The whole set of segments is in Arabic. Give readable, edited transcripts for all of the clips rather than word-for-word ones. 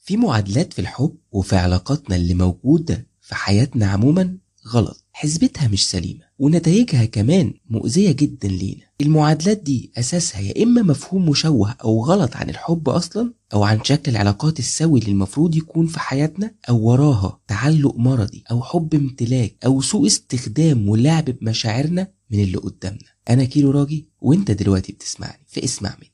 في معادلات في الحب وفي علاقاتنا اللي موجودة في حياتنا عموما غلط، حسبتها مش سليمة، ونتائجها كمان مؤذية جدا لينا. المعادلات دي أساسها يا إما مفهوم مشوه أو غلط عن الحب أصلا، أو عن شكل العلاقات السوي اللي المفروض يكون في حياتنا، أو وراها تعلق مرضي أو حب امتلاك أو سوء استخدام ولعب بمشاعرنا من اللي قدامنا. أنا كيلو راجي، وإنت دلوقتي بتسمعني فاسمع مني.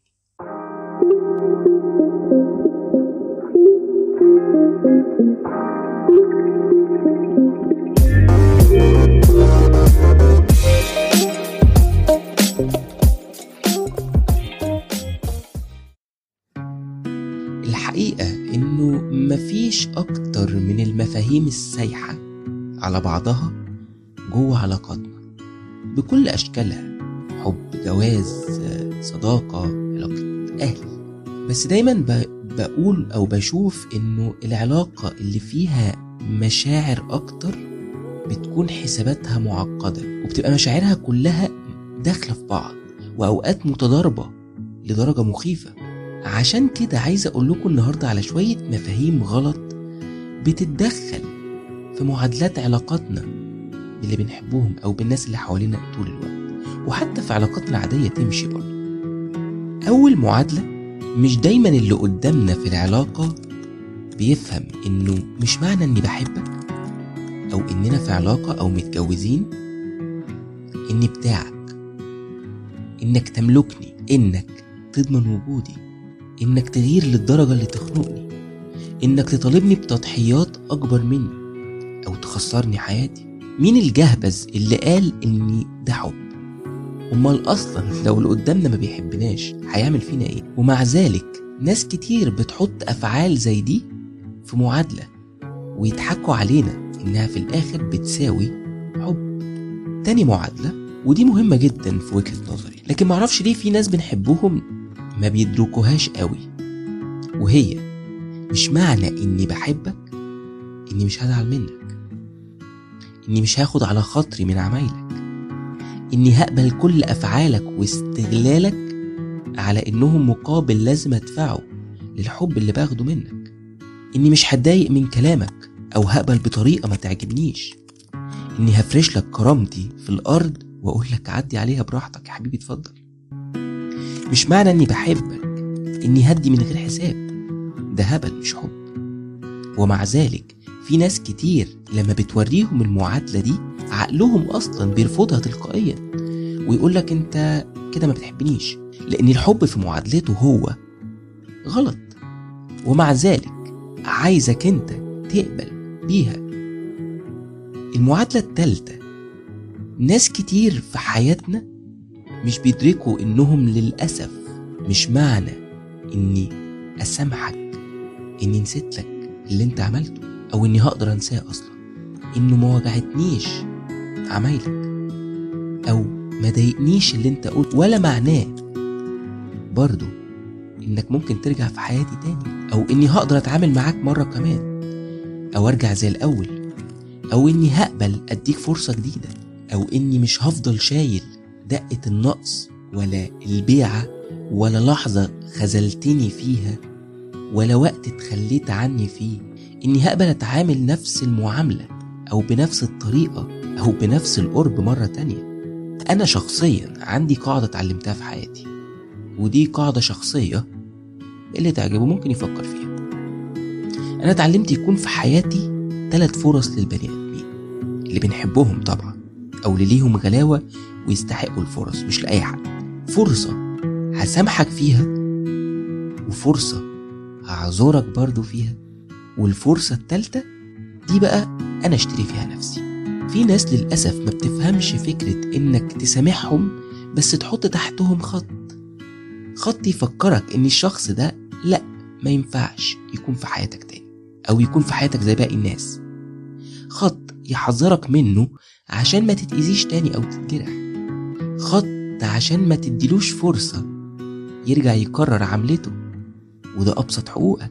الحقيقة إنه مفيش أكتر من المفاهيم السايحة على بعضها جوه علاقاتنا بكل أشكالها، حب، جواز، صداقة، علاقة أهل. بس دايما بقول أو بشوف إنه العلاقة اللي فيها مشاعر أكتر بتكون حساباتها معقدة، وبتبقى مشاعرها كلها داخلة في بعض وأوقات متضاربة لدرجة مخيفة. عشان كده عايز أقول لكم النهاردة على شوية مفاهيم غلط بتتدخل في معادلات علاقاتنا باللي بنحبهم أو بالناس اللي حوالينا طول الوقت، وحتى في علاقاتنا العادية تمشي برضه. أول معادلة، مش دايما اللي قدامنا في العلاقة بيفهم إنه مش معنى إني بحبك أو إننا في علاقة أو متجوزين إني بتاعك، إنك تملكني، إنك تضمن وجودي، إنك تغير للدرجة اللي تخنقني، إنك تطالبني بتضحيات أكبر مني أو تخسرني حياتي. مين الجهبذ اللي قال إني ده حب؟ أمال أصلا لو اللي قدامنا ما بيحبناش هيعمل فينا إيه؟ ومع ذلك ناس كتير بتحط أفعال زي دي في معادلة ويضحكوا علينا إنها في الآخر بتساوي حب. تاني معادلة، ودي مهمة جدا في وجهة نظري، لكن معرفش ليه في ناس بنحبهم ما بيدركوهاش قوي، وهي مش معنى إني بحبك إني مش هزعل منك، إني مش هاخد على خاطري من عمايلك، إني هقبل كل أفعالك واستغلالك على إنهم مقابل لازم أدفعه للحب اللي باخده منك، إني مش هتضايق من كلامك أو هقبل بطريقة ما تعجبنيش، إني هفرش لك كرامتي في الأرض وأقول لك عدي عليها براحتك يا حبيبي اتفضل. مش معنى إني بحبك إني هدي من غير حساب، ده هبل مش حب. ومع ذلك في ناس كتير لما بتوريهم المعادلة دي عقلهم أصلا بيرفضها تلقائيا ويقولك أنت كده ما بتحبنيش، لأن الحب في معادلته هو غلط، ومع ذلك عايزك أنت تقبل بيها. المعادلة الثالثة، ناس كتير في حياتنا مش بيدركوا إنهم للأسف مش معنى إني أسامحك إني نسيت لك اللي أنت عملته أو إني هقدر أنساه أصلا، إنه ما وجعتنيش عمايلك أو ما ضايقنيش اللي أنت قلت، ولا معناه برضو إنك ممكن ترجع في حياتي تاني، أو إني هقدر أتعامل معاك مرة كمان أو أرجع زي الأول، أو إني هقبل أديك فرصة جديدة، أو إني مش هفضل شايل دقة النقص ولا البيعة ولا لحظة خذلتني فيها ولا وقت اتخليت عني فيه، إني هقبل أتعامل نفس المعاملة أو بنفس الطريقة أو بنفس القرب مرة تانية. أنا شخصيا عندي قاعدة اتعلمتها في حياتي، ودي قاعدة شخصية اللي تعجبه ممكن يفكر فيها. أنا اتعلمت يكون في حياتي 3 فرص للبني آدمين اللي بنحبهم طبعا أو اللي ليهم غلاوة ويستحقوا الفرص، مش لأي حد. فرصة هسامحك فيها، وفرصة هعذرك برضو فيها، والفرصة الثالثة دي بقى أنا اشتري فيها نفسي. في ناس للأسف ما بتفهمش فكرة إنك تسامحهم بس تحط تحتهم خط يفكرك إن الشخص ده لأ ما ينفعش يكون في حياتك تاني أو يكون في حياتك زي باقي الناس، خط يحذرك منه عشان ما تتأذيش تاني أو تتجرح، خط عشان ما تديلوش فرصة يرجع يكرر عملته، وده أبسط حقوقك.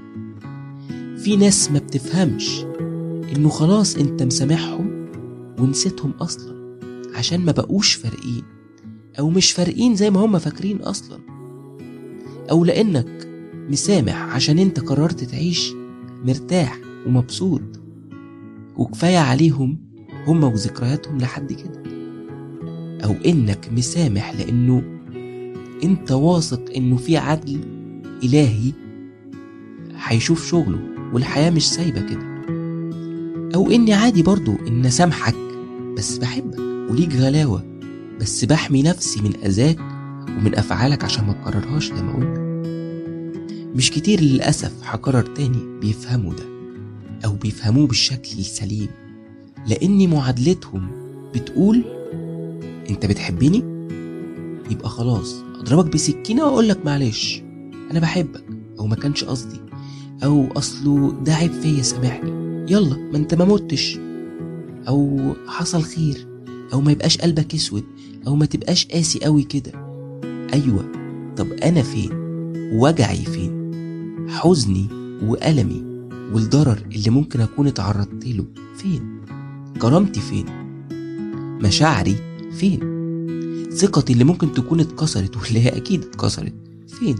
في ناس ما بتفهمش إنه خلاص أنت مسامحهم ونسيتهم أصلا عشان ما بقوش فارقين أو مش فارقين زي ما هم فاكرين أصلا، أو لأنك مسامح عشان انت قررت تعيش مرتاح ومبسوط وكفاية عليهم هم وذكرياتهم لحد كده، او انك مسامح لانه انت واثق انه في عدل الهي هيشوف شغله والحياة مش سايبة كده، او اني عادي برضو ان اسامحك بس بحبك وليك غلاوة بس بحمي نفسي من اذاك ومن افعالك عشان ما تكررهاش زي ما قلنا. مش كتير للأسف هكرر تاني بيفهموا ده او بيفهموه بالشكل السليم، لان معادلتهم بتقول انت بتحبني يبقى خلاص اضربك بسكينة واقولك معلش انا بحبك، او ما كانش قصدي، او اصله ده عيب فيا سامحني، يلا ما انت ما متش، او حصل خير، او ما يبقاش قلبك اسود، او ما تبقاش قاسي قوي كده. ايوه، طب انا فين؟ وجعي فين؟ حزني وألمي والضرر اللي ممكن اكون اتعرضت له فين؟ كرامتي فين؟ مشاعري فين؟ ثقتي اللي ممكن تكون اتكسرت واللي هي اكيد اتكسرت فين؟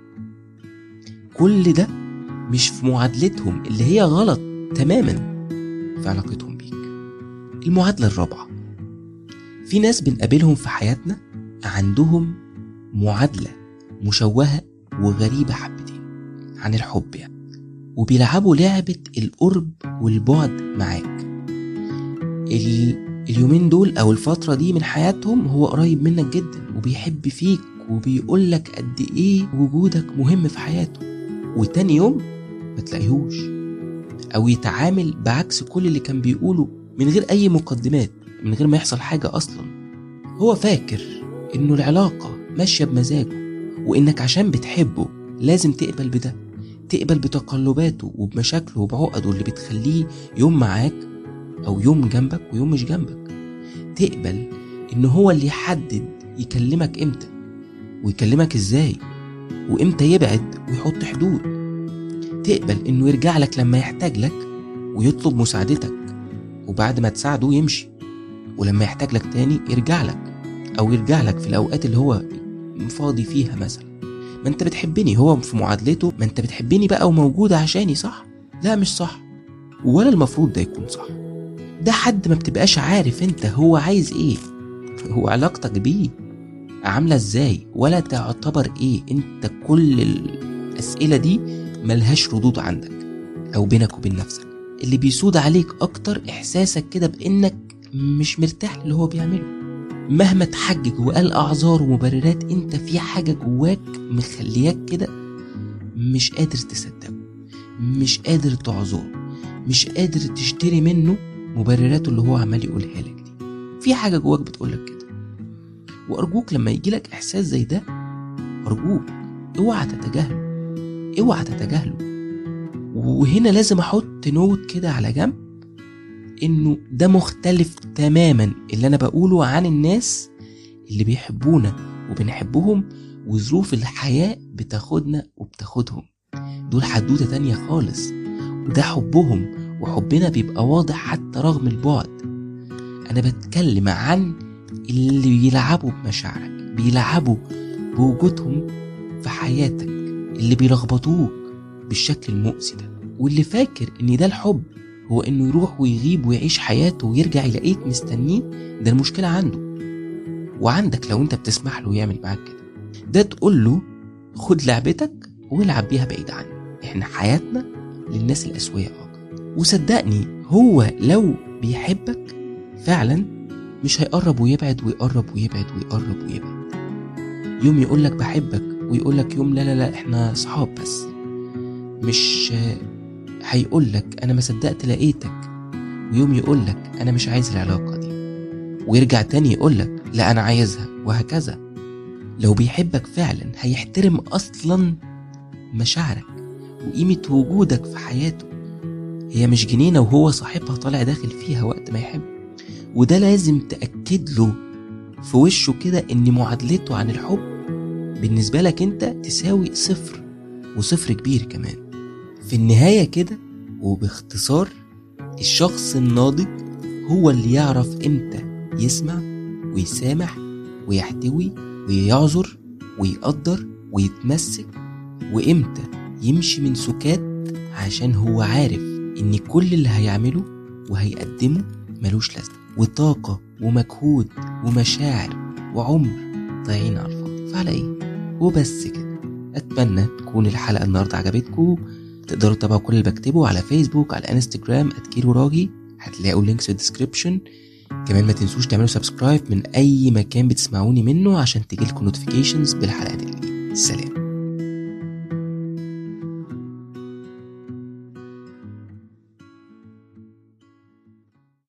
كل ده مش في معادلتهم اللي هي غلط تماما في علاقتهم بيك. المعادلة الرابعة، في ناس بنقابلهم في حياتنا عندهم معادلة مشوهة وغريبة حبتين عن الحب يعني، وبيلعبوا لعبة القرب والبعد معاك. اليومين دول او الفترة دي من حياتهم هو قريب منك جدا وبيحب فيك وبيقولك قد ايه وجودك مهم في حياته، وتاني يوم ما تلاقيهوش، او يتعامل بعكس كل اللي كان بيقوله من غير اي مقدمات، من غير ما يحصل حاجة اصلا. هو فاكر انه العلاقة ماشية بمزاجه، وانك عشان بتحبه لازم تقبل بده، تقبل بتقلباته وبمشاكله وبعقده اللي بتخليه يوم معاك او يوم جنبك ويوم مش جنبك، تقبل انه هو اللي يحدد يكلمك امتى ويكلمك ازاي، وامتى يبعد ويحط حدود، تقبل انه يرجع لك لما يحتاج لك ويطلب مساعدتك، وبعد ما تساعده يمشي، ولما يحتاج لك تاني يرجع لك، او يرجع لك في الاوقات اللي هو فاضي فيها مثلا. ما انت بتحبني، هو في معادلته ما انت بتحبني بقى وموجودة عشاني، صح؟ لا مش صح، ولا المفروض ده يكون صح. ده حد ما بتبقاش عارف انت هو عايز ايه، هو علاقتك بيه عاملة ازاي، ولا تعتبر ايه. انت كل الاسئلة دي ملهاش ردود عندك او بينك وبين نفسك. اللي بيسود عليك اكتر احساسك كده بانك مش مرتاح اللي هو بيعمله، مهما تحجج وقال اعذار ومبررات انت في حاجة جواك مخلياك كده مش قادر تصدقه، مش قادر تعذره، مش قادر تشتري منه مبرراته اللي هو عمال يقولها لك دي. في حاجة جواك بتقولك كده. وارجوك لما يجيلك احساس زي ده، ارجوك اوعى تتجاهله، اوعى تتجاهله. وهنا لازم احط نوت كده على جنب انه ده مختلف تماما اللي انا بقوله عن الناس اللي بيحبونا وبنحبهم وظروف الحياة بتاخدنا وبتاخدهم. دول حدوتة تانية خالص، وده حبهم وحبنا بيبقى واضح حتى رغم البعد. انا بتكلم عن اللي بيلعبوا بمشاعرك، بيلعبوا بوجودهم في حياتك، اللي بيلخبطوك بالشكل المؤذي ده، واللي فاكر ان ده الحب هو انه يروح ويغيب ويعيش حياته ويرجع يلاقيك مستنيه. ده المشكلة عنده وعندك لو انت بتسمح له يعمل معاك كده. ده تقول له خد لعبتك والعب بيها بعيد عني، احنا حياتنا للناس الأسوياء فقط. وصدقني هو لو بيحبك فعلا مش هيقرب ويبعد ويقرب ويبعد ويقرب ويبعد. يوم يقولك بحبك ويقولك يوم لا لا لا احنا صحاب بس، مش هيقولك انا ما صدقت لقيتك، ويوم يقولك انا مش عايز العلاقة دي ويرجع تاني يقولك لا انا عايزها، وهكذا. لو بيحبك فعلا هيحترم اصلا مشاعرك وقيمة وجودك في حياته. هي مش جنينة وهو صاحبها طالع داخل فيها وقت ما يحب. وده لازم تأكد له في وشه كده ان معادلته عن الحب بالنسبة لك انت تساوي 0 و0 كبير كمان. في النهاية كده وباختصار، الشخص الناضج هو اللي يعرف امتى يسمع ويسامح ويحتوي ويعذر ويقدر ويتمسك، وامتى يمشي من سكات عشان هو عارف ان كل اللي هيعمله وهيقدمه ملوش لازمة، وطاقة ومجهود ومشاعر وعمر ضايعين على الفاضي. فعلى ايه؟ وبس كده. اتمنى تكون الحلقة النهاردة عجبتكم. تقدروا تتابعوا كل اللي بكتبه على فيسبوك، على انستجرام @كيروراجي، هتلاقوا اللينكس في الديسكريبشن. كمان ما تنسوش تعملوا سبسكرايب من اي مكان بتسمعوني منه عشان تجيلكم نوتيفيكيشنز بالحلقات الجديدة. سلام.